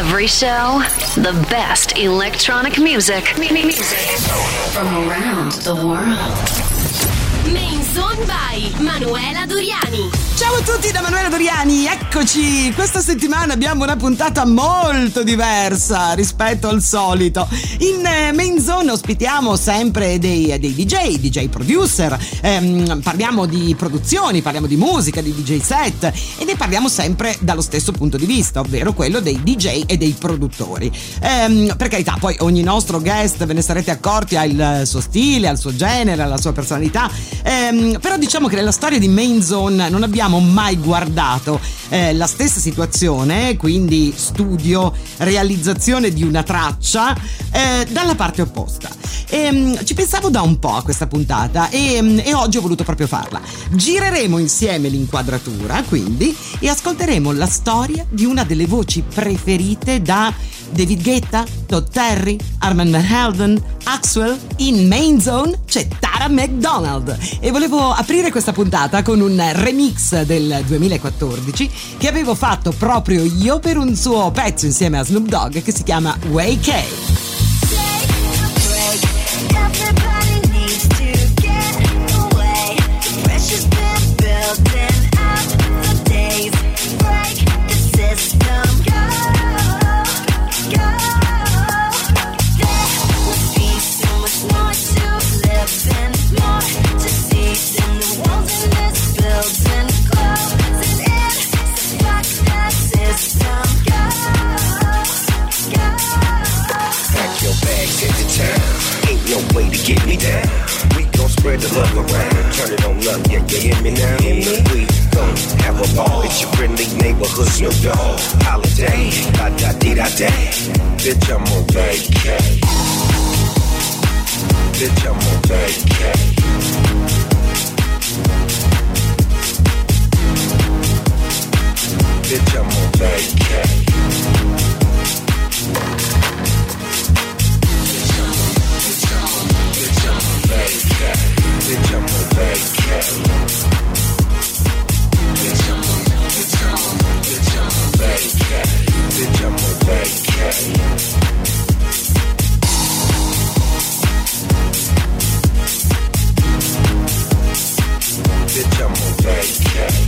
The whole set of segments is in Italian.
Every show, the best electronic music from around the world. Main Zone by Manuela Doriani. Ciao a tutti da Manuela Doriani, eccoci! Questa settimana abbiamo una puntata molto diversa rispetto al solito. In Main Zone ospitiamo sempre dei DJ producer, parliamo di produzioni, parliamo di musica, di DJ set e ne parliamo sempre dallo stesso punto di vista, ovvero quello dei DJ e dei produttori. Per carità, poi ogni nostro guest, ve ne sarete accorti, ha il suo stile, ha il suo genere, ha la sua personalità, però diciamo che nella storia di Main Zone non abbiamo mai guardato la stessa situazione, quindi studio, realizzazione di una traccia, dalla parte opposta. Ci pensavo da un po' a questa puntata e oggi ho voluto proprio farla. Gireremo insieme l'inquadratura, quindi, e ascolteremo la storia di una delle voci preferite da David Guetta, Todd Terry, Armand Van Helden, Axwell. In Main Zone c'è Tara McDonald e volevo aprire questa puntata con un remix del 2014 che avevo fatto proprio io per un suo pezzo insieme a Snoop Dogg che si chiama Way K. Get me down. We gon' spread the love around. Turn it on up, yeah, you hear me now? We gon' have a ball. It's your friendly neighborhood Snoop Dogg. Holiday, da-da-dee-da-day. Bitch, I'm on vacay. Bitch, I'm on vacay. Bitch, I'm on vacay. Bitch, I'm on vacay. Bitch, I'm on vacay. Bitch, I'm on vacay. Bitch, I'm on vacay.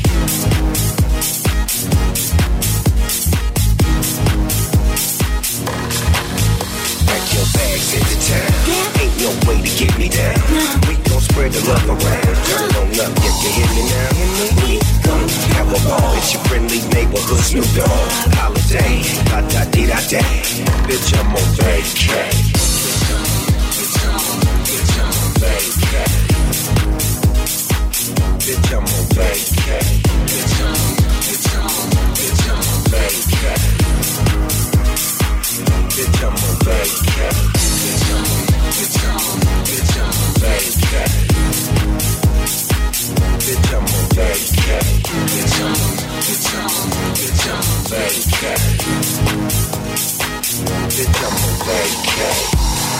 Pack your bags into town. Ain't no way to get me down. We gon' spread the love around. Turn it on up, yeah, you hear me now? We gon' have a ball. It's your friendly neighborhood Snoop Dogg. Holiday, da-da-dee-da-day. Bitch, I'm on vacay. Bitch, I'm on vacay. Bitch, I'm on vacay. Bitch, I'm on vacay. Bitch, I'm on vacay. Bitch, I'm on vacay. Bitch, I'm on vacay. Bitch, I'm on vacay. Bitch, I'm on vacay.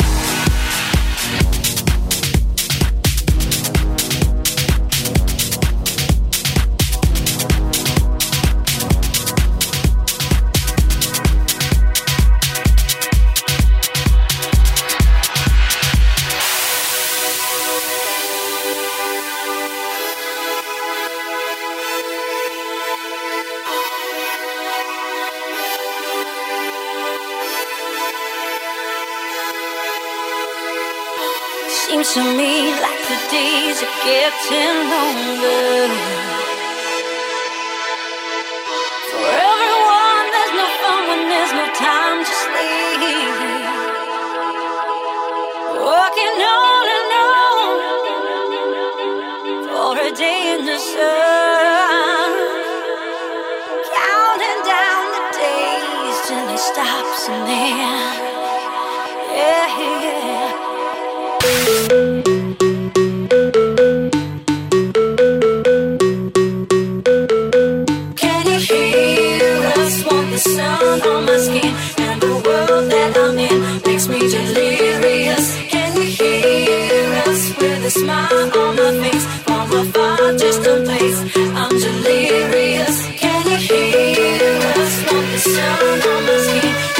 Seems to me like the days are getting longer. For everyone, there's no fun when there's no time to sleep. Walking on and on for a day in the sun, counting down the days till it stops and then, yeah. Can you hear us? Want the sun on my skin, and the world that I'm in makes me delirious. Can you hear us? With a smile on my face, from afar, just a place. I'm delirious. Can you hear us? Want the sun on my skin.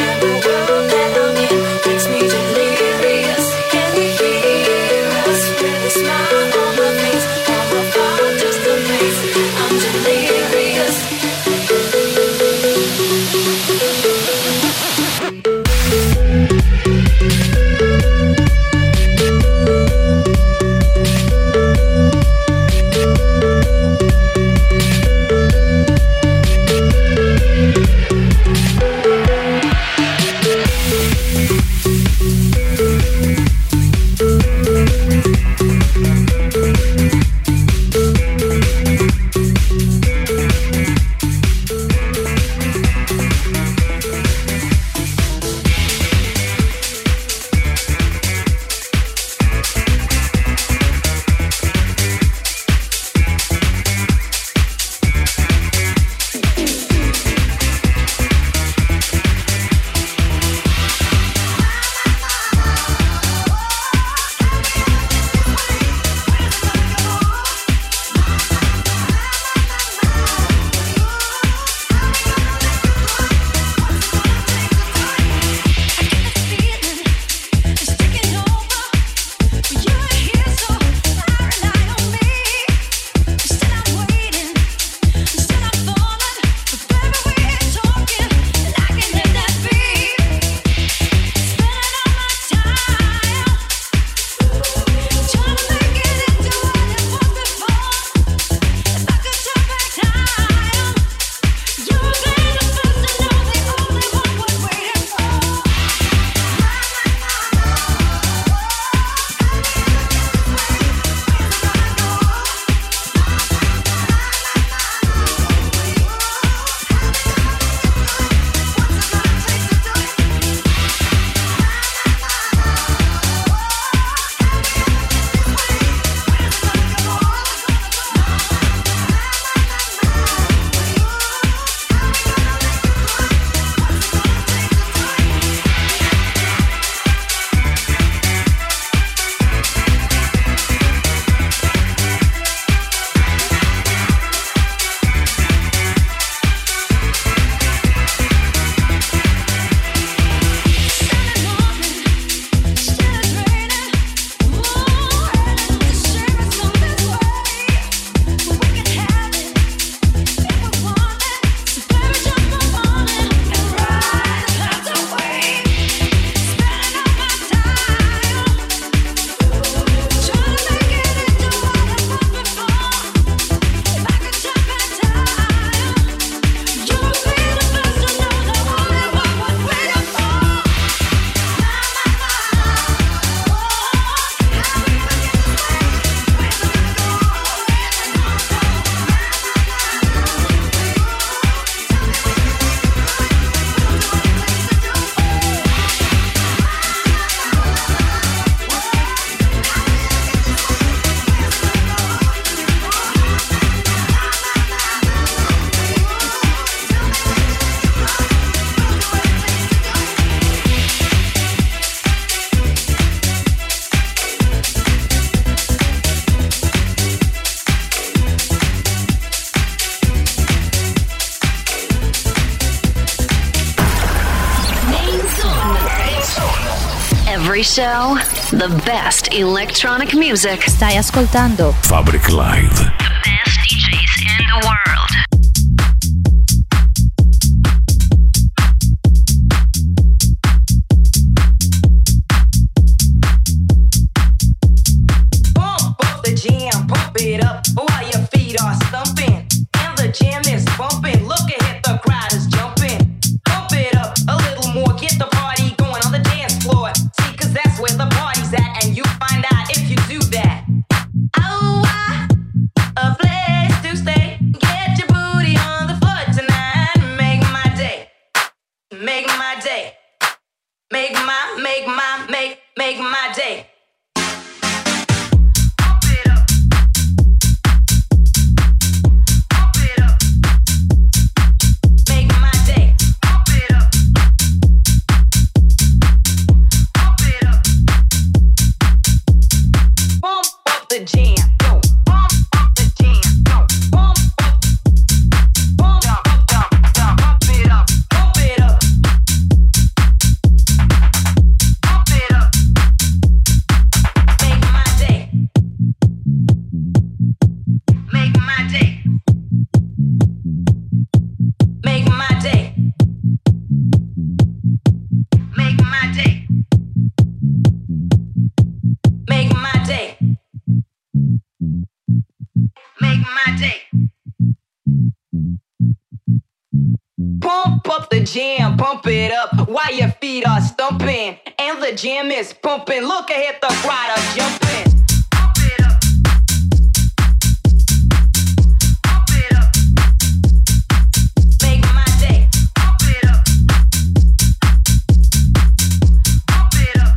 every show, the best electronic music. Stai ascoltando Fabric Live. The best DJs in the world. Pump up the jam, pump it up while your feet are stumping. And the jam is bumping. Look ahead, the crowd is jumping. Pump it up a little more, get the party going on the dance floor. See, 'cause that's where the party's at, and you find out if you do that. Oh, a place to stay. Get your booty on the floor tonight. Make my day. Make my day. Make my day. Pump it up. Pump it up. Make my day. Pump it up. Pump it up. Pump up the jam. Go. Pump up the jam. Go. Pump up. Pump up. Pump it up. Pump it up. Pump it up. Make my day. Make my day. Make my day. Make my day. Make my day. Make my day. Pump up the jam, pump it up while your feet are stumping. And the jam is pumping. Look ahead, the crowd are jumping. Pump it up. Pump it up. Make my day. Pump it up. Pump it up.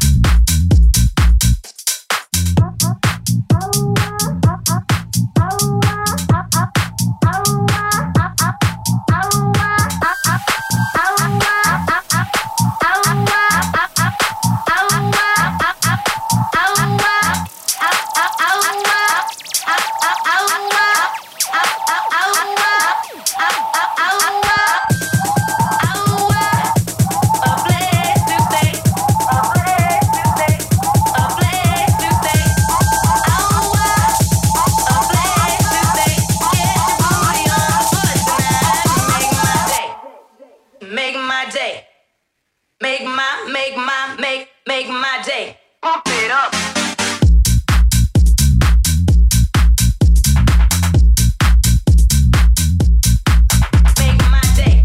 Make my day. Make my day. Pump it up. Make my day.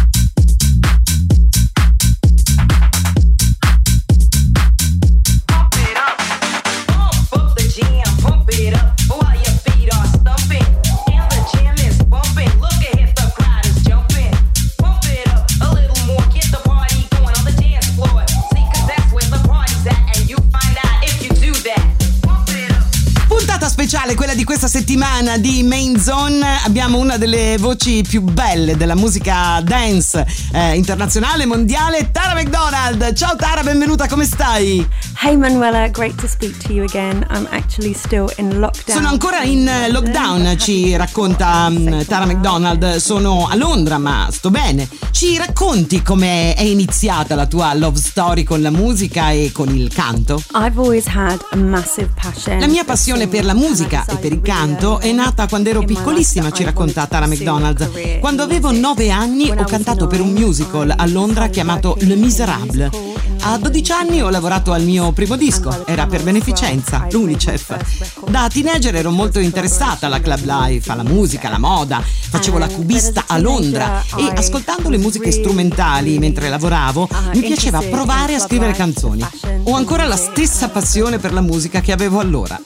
Pump it up. Pump up the jam, pump it up while your feet are stumping. And the jam is bumping. Look ahead, the crowd is jumping. Pump it up a little more, get the party going on the dance floor. See, 'cause that's where the party's at, and you find out if you do that. Pump it up. Puntata speciale, quella di questa settimana di Main Zone. Abbiamo una delle voci più belle della musica dance internazionale, mondiale, Tara McDonald. Ciao Tara, benvenuta, come stai? Hey Manuela, great to speak to you again. I'm actually still in lockdown. Sono ancora in lockdown, ci racconta Tara McDonald. Sono a Londra, ma sto bene. Ci racconti come è iniziata la tua love story con la musica e con il canto? I've always had a massive passion. La mia passione per la musica e per il canto è nata quando ero piccolissima, ci racconta Tara McDonald. Quando avevo 9 anni ho cantato per un musical a Londra chiamato Les Misérables. A 12 anni ho lavorato al mio primo disco, era per beneficenza, l'Unicef. Da teenager ero molto interessata alla club life, alla musica, alla moda, facevo la cubista a Londra e ascoltando le musiche strumentali mentre lavoravo mi piaceva provare a scrivere canzoni. Ho ancora la stessa passione per la musica che avevo allora.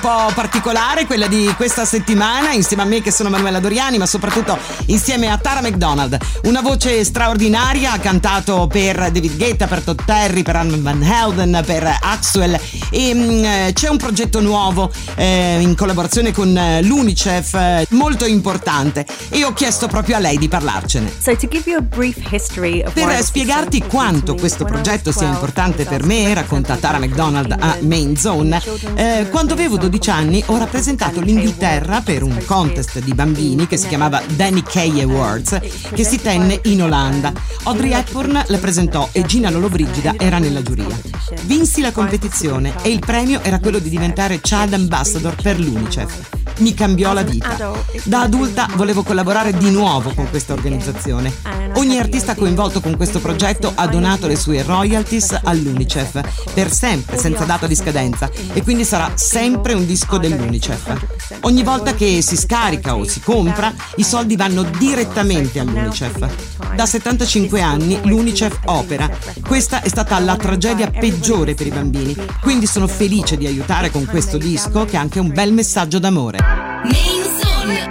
po' particolare, quella di questa settimana, insieme a me che sono Manuela Doriani, ma soprattutto insieme a Tara McDonald. Una voce straordinaria, ha cantato per David Guetta, per Todd Terry, per Armand Van Helden, per Axwell, e c'è un progetto nuovo in collaborazione con l'UNICEF molto importante, e ho chiesto proprio a lei di parlarcene. So to give you a brief history of Per spiegarti quanto questo progetto sia importante per me, racconta Tara McDonald a Main Zone, quando avevo 12 anni ho rappresentato l'Inghilterra per un contest di bambini che si chiamava Danny Kaye Awards, che si tenne in Olanda. Audrey Hepburn la presentò e Gina Lollobrigida era nella giuria. Vinsi la competizione e il premio era quello di diventare Child Ambassador per l'UNICEF. Mi cambiò la vita. Da adulta volevo collaborare di nuovo con questa organizzazione. Ogni artista coinvolto con questo progetto ha donato le sue royalties all'UNICEF per sempre, senza data di scadenza, e quindi sarà sempre un disco dell'UNICEF. Ogni volta che si scarica o si compra, i soldi vanno direttamente all'UNICEF. Da 75 anni l'UNICEF opera. Questa è stata la tragedia peggiore per i bambini, quindi sono felice di aiutare con questo disco che ha anche un bel messaggio d'amore. Main Zone.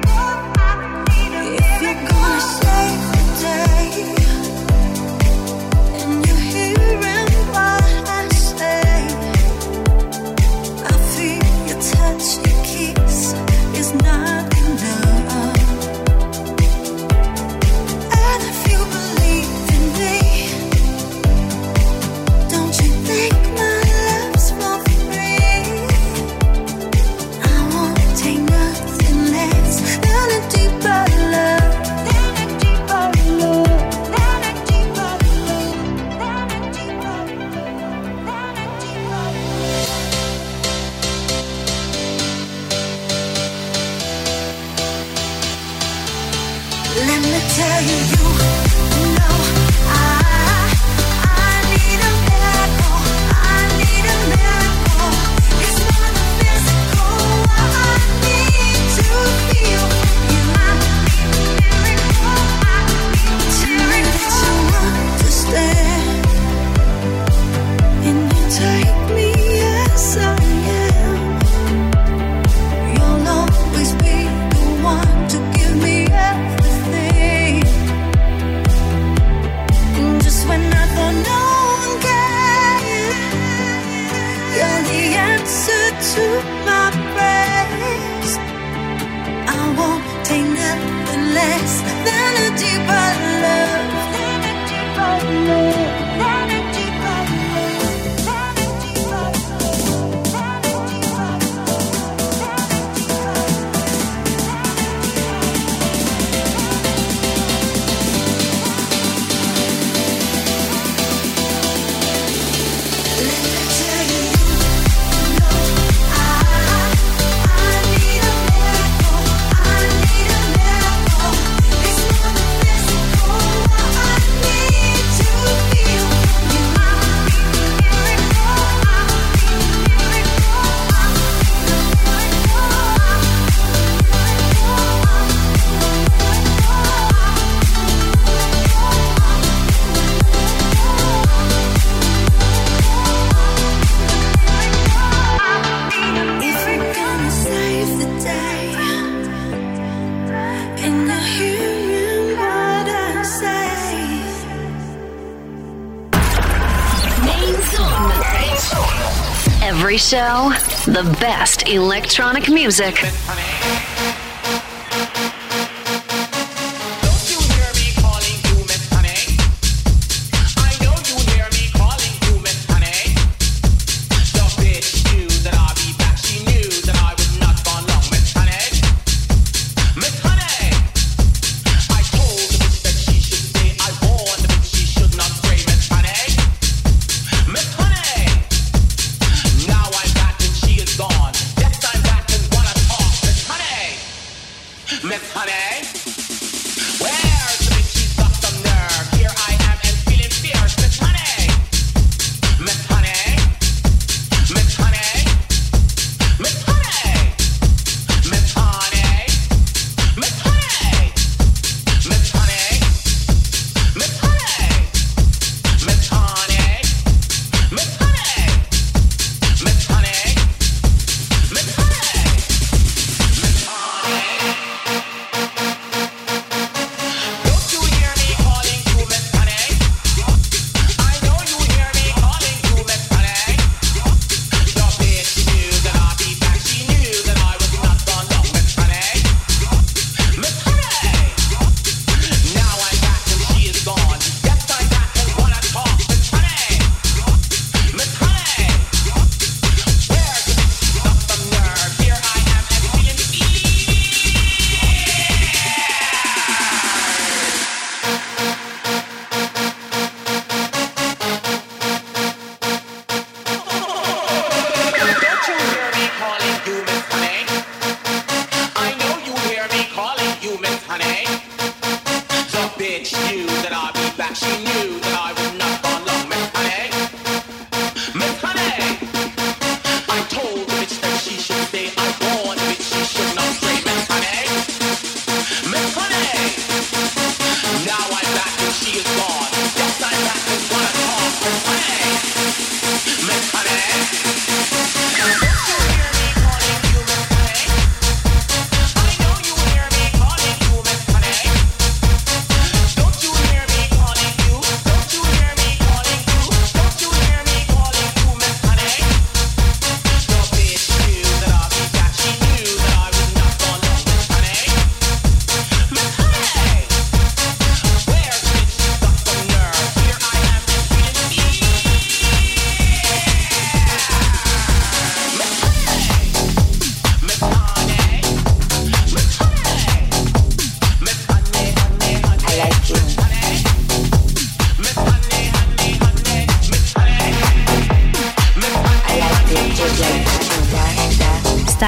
Let me tell you, you know I need a miracle. I need a miracle. It's not the physical. I need to feel you. I need a miracle. I need that you understand, and you take me as I am. You'll always be the one to give me everything. And just when I thought no one cared, you're the answer to my prayers. I won't take nothing less than a deeper love. Than a deeper love. Than a deeper love. Than a deeper love. Than a Every show, the best electronic music.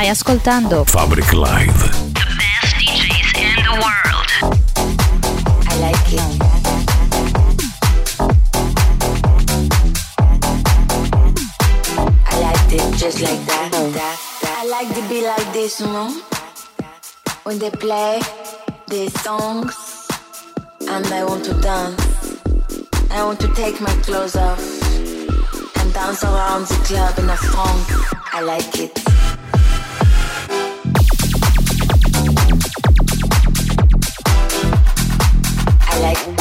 Stai ascoltando Fabric Live. The best DJs in the world. I like it. I liked it just like that. I like to be like this, you know? When they play these songs and I want to dance. I want to take my clothes off and dance around the club in a funk. I like it. I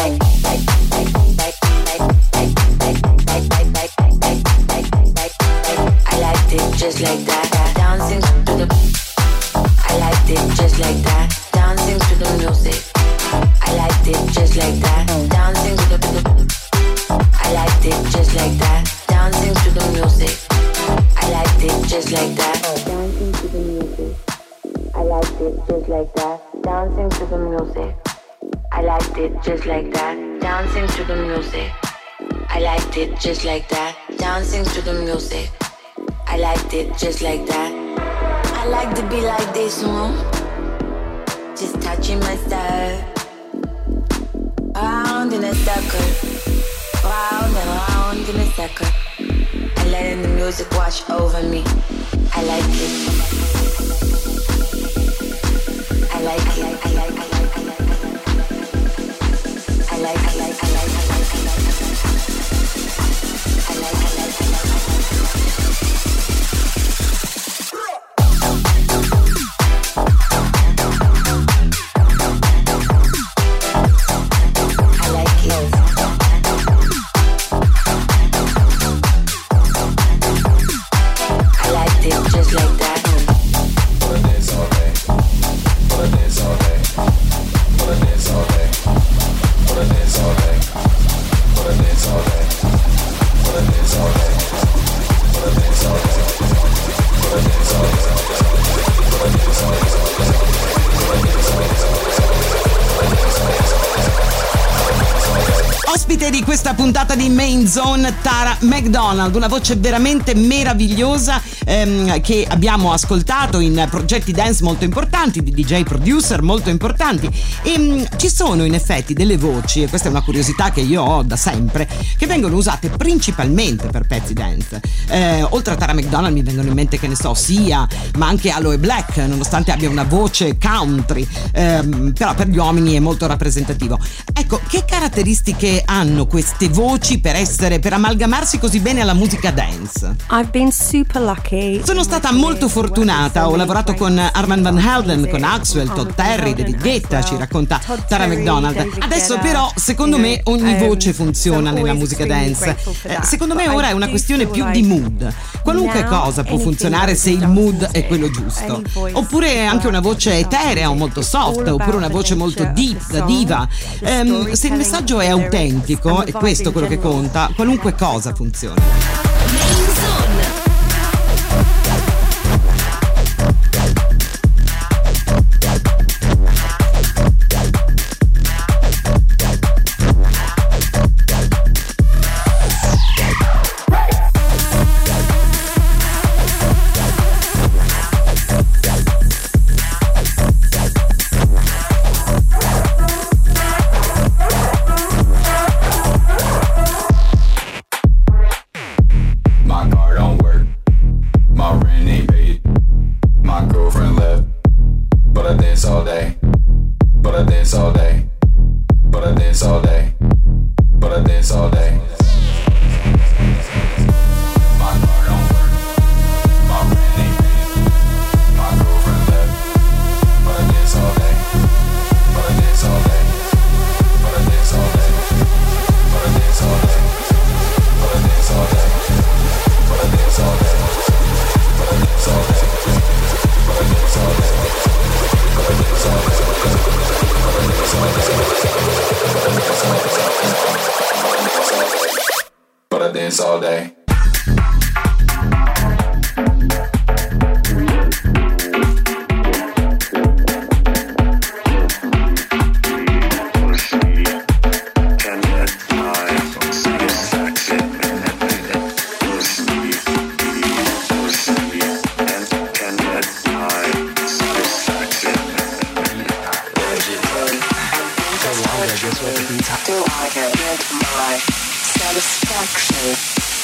liked it just like that. Dancing to the. I liked it just like that. Dancing to the music. I liked it just like that. Dancing to the. I liked it just like that. Dancing to the music. I liked it just like that. Dancing to the music. I liked it just like that. Dancing to the music. I liked it just like that. Dancing to the music. I liked it just like that. Dancing to the music. I liked it just like that. I like to be like this, you know? Just touching myself. Round in a circle. Round and round in a circle. And letting the music wash over me. I like it. I like it. I like it. I like it. Ospite di questa puntata di Main Zone, Tara McDonald, una voce veramente meravigliosa che abbiamo ascoltato in progetti dance molto importanti, di DJ producer molto importanti, e ci sono in effetti delle voci, e questa è una curiosità che io ho da sempre, che vengono usate principalmente per pezzi dance. Oltre a Tara McDonald mi vengono in mente, che ne so, Sia, ma anche Aloe Black, nonostante abbia una voce country, però per gli uomini è molto rappresentativo. Ecco, che caratteristiche hanno queste voci per amalgamarsi così bene alla musica dance? I've been super lucky. Sono stata molto fortunata, ho lavorato con Armand Van Helden, con Axwell, Todd Terry, David Guetta, ci racconta Tara McDonald. Adesso però, secondo me, ogni voce funziona nella musica dance. Secondo me ora è una questione più di mood. Qualunque cosa può funzionare se il mood è quello giusto. Oppure anche una voce eterea o molto soft, oppure una voce molto deep, da diva. Se il messaggio è autentico, e questo è quello che conta, qualunque cosa funziona. Main Zone. All day. till I can get my satisfaction.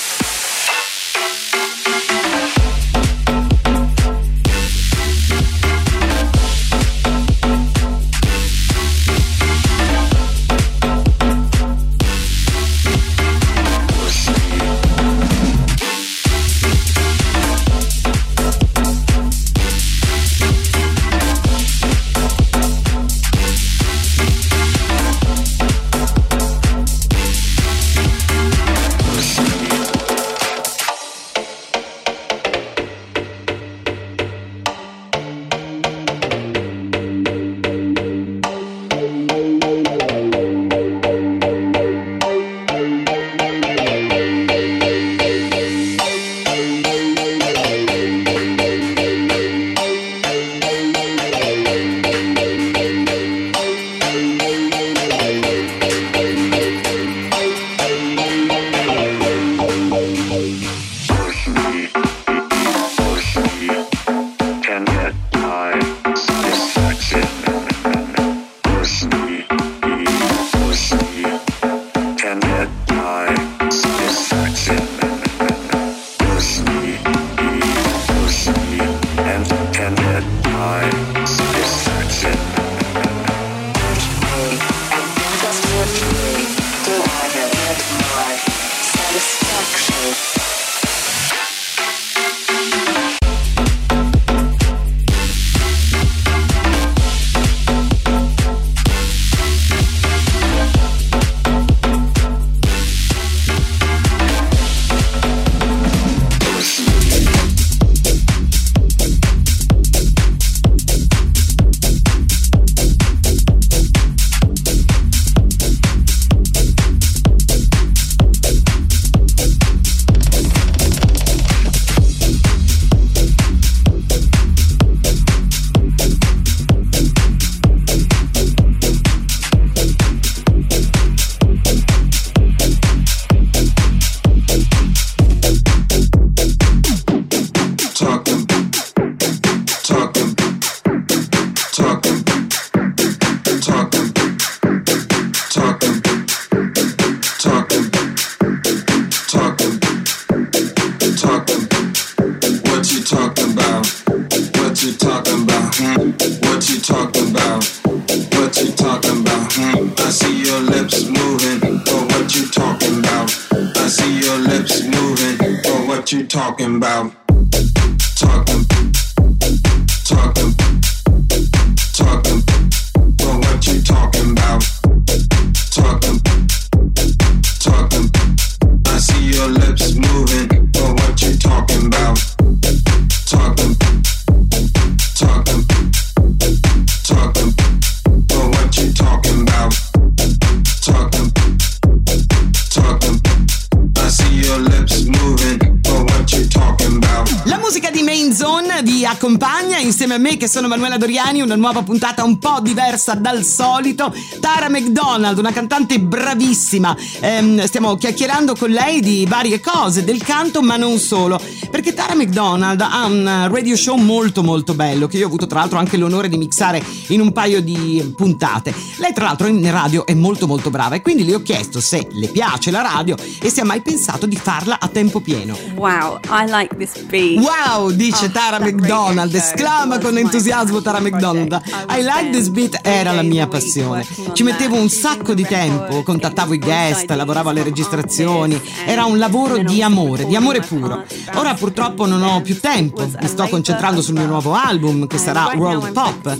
Accompagna insieme a me, che sono Manuela Doriani, una nuova puntata un po' diversa dal solito. Tara McDonald, una cantante bravissima, stiamo chiacchierando con lei di varie cose, del canto ma non solo, perché Tara McDonald ha un radio show molto molto bello che io ho avuto tra l'altro anche l'onore di mixare in un paio di puntate. Lei tra l'altro in radio è molto molto brava e quindi le ho chiesto se le piace la radio e se ha mai pensato di farla a tempo pieno. Wow, I like this beat. Wow, dice Tara McDonald, esclama con entusiasmo Tara McDonald. I like this beat era la mia passione. Ci mettevo un sacco di tempo, contattavo i guest, lavoravo alle registrazioni, era un lavoro di amore puro. Ora purtroppo non ho più tempo, mi sto concentrando sul mio nuovo album che sarà World Pop.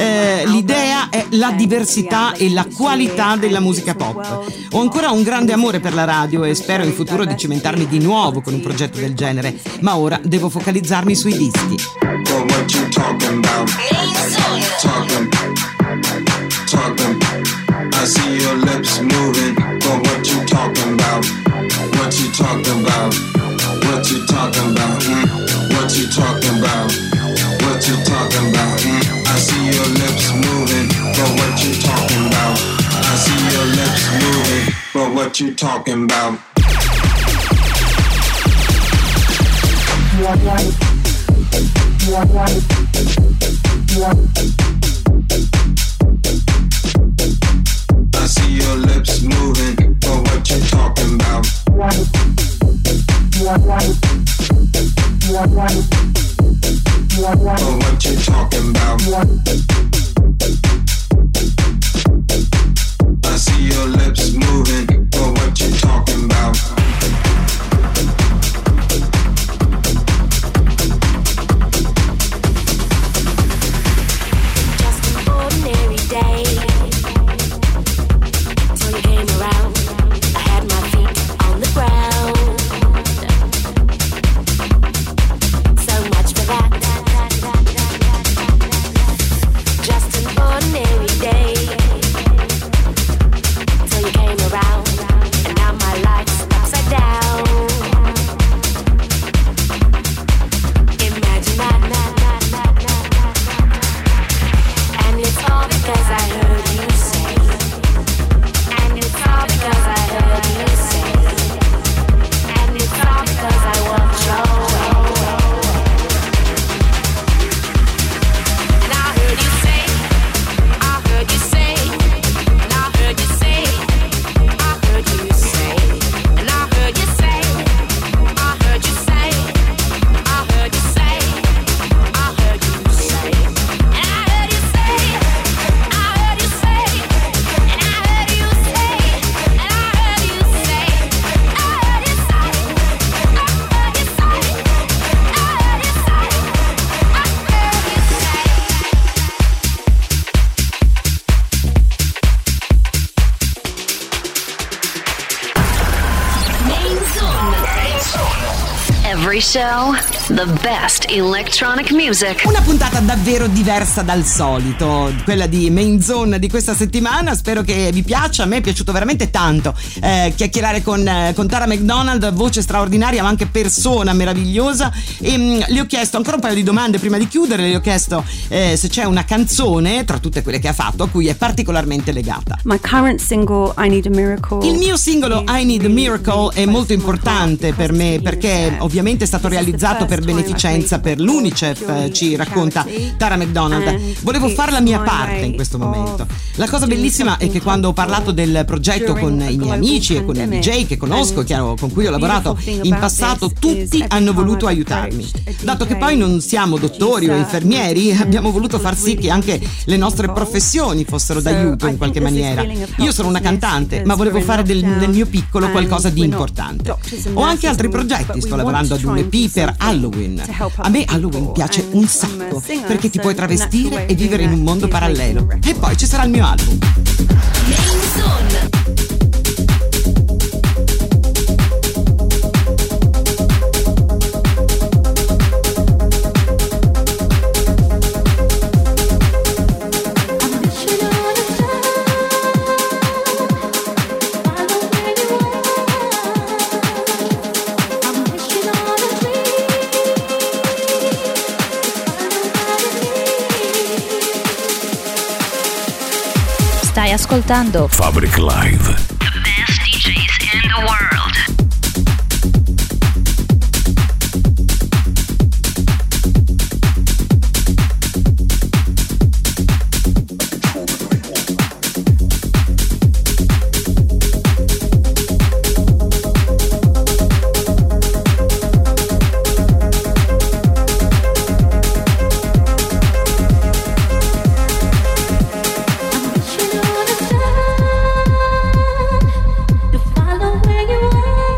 L'idea è la diversità e la qualità della musica pop. Ho ancora un grande amore per la radio e spero in futuro di cimentarmi di nuovo con un progetto del genere, ma ora devo focalizzarmi sui dischi. What you talking about? Talking. I see your lips moving. But what you talking about? What you talking about? What you talking about? What you talking about? What you talking about? I see your lips moving. But what you talking about? I see your lips moving. But what you talking about? I see your lips move. I see your lips moving, but what you talking about? Just an ordinary day till you came around. I had my feet on the ground. So much for that. Just an ordinary day till you came around, and now my life's upside down. Imagine that. And it's all because I heard you say. And it's all because I heard you say. And it's all because I want your way. And I heard you say, I heard you say, and I heard you say, I heard you say, and I heard you say, I heard you say, I heard you say, I heard you say, and I heard you say, I heard you say, and I heard you say, and I heard you say, I heard you say, I heard you say, I heard you say, I heard you say. Main Zone. Every show, the best electronic music. Una puntata davvero diversa dal solito, quella di Main Zone di questa settimana. Spero che vi piaccia, a me è piaciuto veramente tanto chiacchierare con Tara McDonald, voce straordinaria ma anche persona meravigliosa, e le ho chiesto ancora un paio di domande prima di chiudere. Le ho chiesto se c'è una canzone tra tutte quelle che ha fatto a cui è particolarmente legata. My current single, I Need a Miracle. Il mio singolo I Need a Miracle è molto importante per me perché ovviamente è stato realizzato per beneficenza per l'UNICEF, ci racconta Tara McDonald. Volevo fare la mia parte in questo momento. La cosa bellissima è che quando ho parlato del progetto con i miei amici e con i DJ che conosco, con cui ho lavorato in passato, tutti hanno voluto aiutarmi. Dato che poi non siamo dottori o infermieri, abbiamo voluto far sì che anche le nostre professioni fossero d'aiuto in qualche maniera. Io sono una cantante, ma volevo fare nel mio piccolo qualcosa di importante. Ho anche altri progetti, sto lavorando ad un EP per Halloween. A me Halloween piace un sacco perché ti puoi travestire e vivere in un mondo parallelo. E poi ci sarà il mio album. Main Zone. Stai ascoltando Fabric Live. The best DJs in the world. To follow where you are.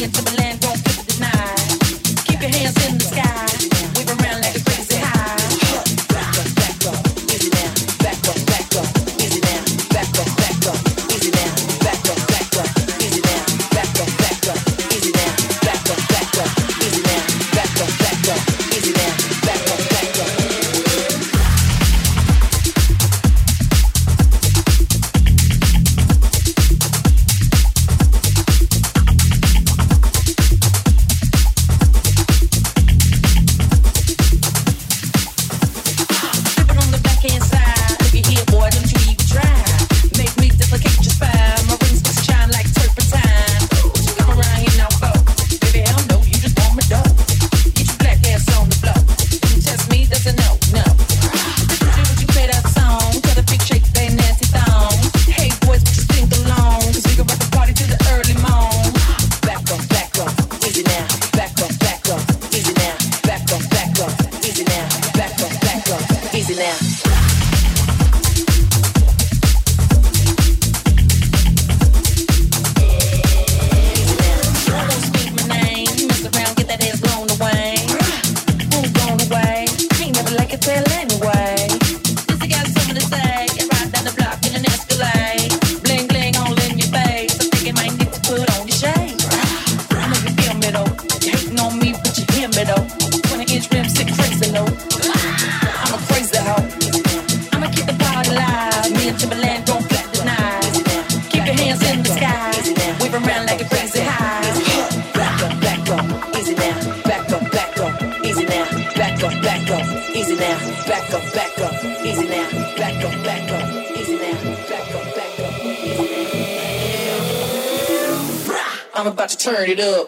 I'm about to turn it up.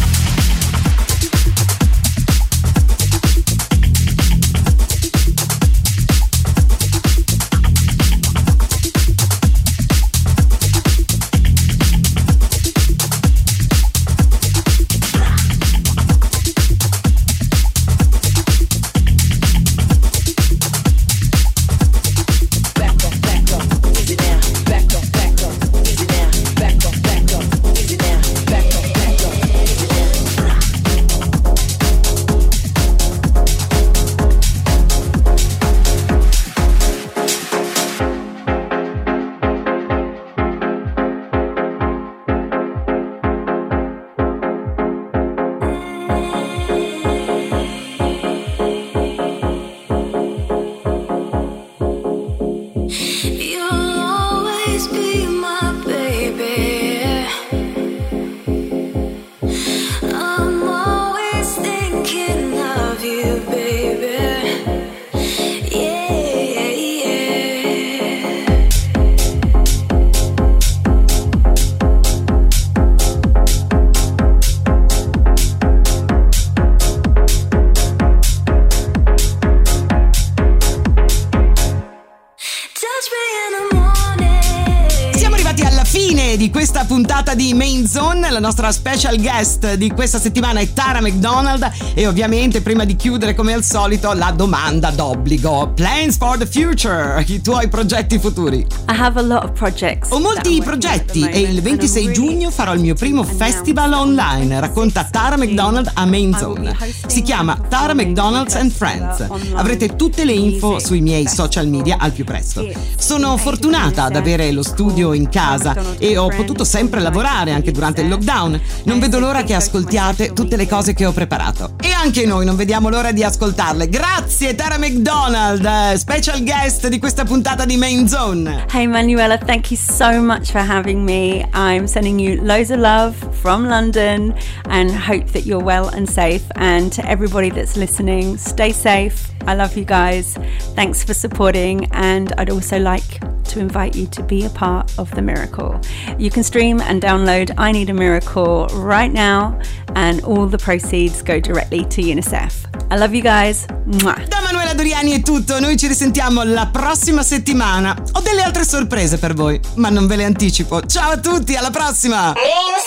Di questa puntata di Main Zone, la nostra special guest di questa settimana è Tara McDonald e ovviamente prima di chiudere come al solito la domanda d'obbligo: plans for the future, i tuoi progetti futuri? I have a lot of projects. Ho molti progetti e il 26 giugno farò il mio primo festival online, racconta Tara McDonald a Main Zone. Si chiama Tara McDonald's and Friends. Avrete tutte le info sui miei social media al più presto. Sono fortunata ad avere lo studio in casa e ho potuto sempre lavorare anche durante il lockdown. Non vedo l'ora che ascoltiate tutte le cose che ho preparato e anche noi non vediamo l'ora di ascoltarle. Grazie Tara McDonald, special guest di questa puntata di Main Zone. Hey Manuela, thank you so much for having me. I'm sending you loads of love from London and hope that you're well and safe, and to everybody that's listening, stay safe. I love you guys. Thanks for supporting, and I'd also like to invite you to be a part of the miracle. You can stream and download I Need a Miracle right now, and all the proceeds go directly to UNICEF. I love you guys. Mwah. Da Manuela Doriani è tutto, noi ci risentiamo la prossima settimana. Ho delle altre sorprese per voi, ma non ve le anticipo. Ciao a tutti, alla prossima! Main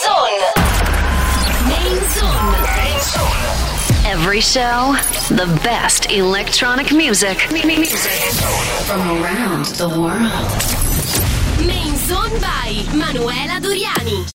Zone. Every show, the best electronic music from around the world. Main Zone by Manuela Doriani.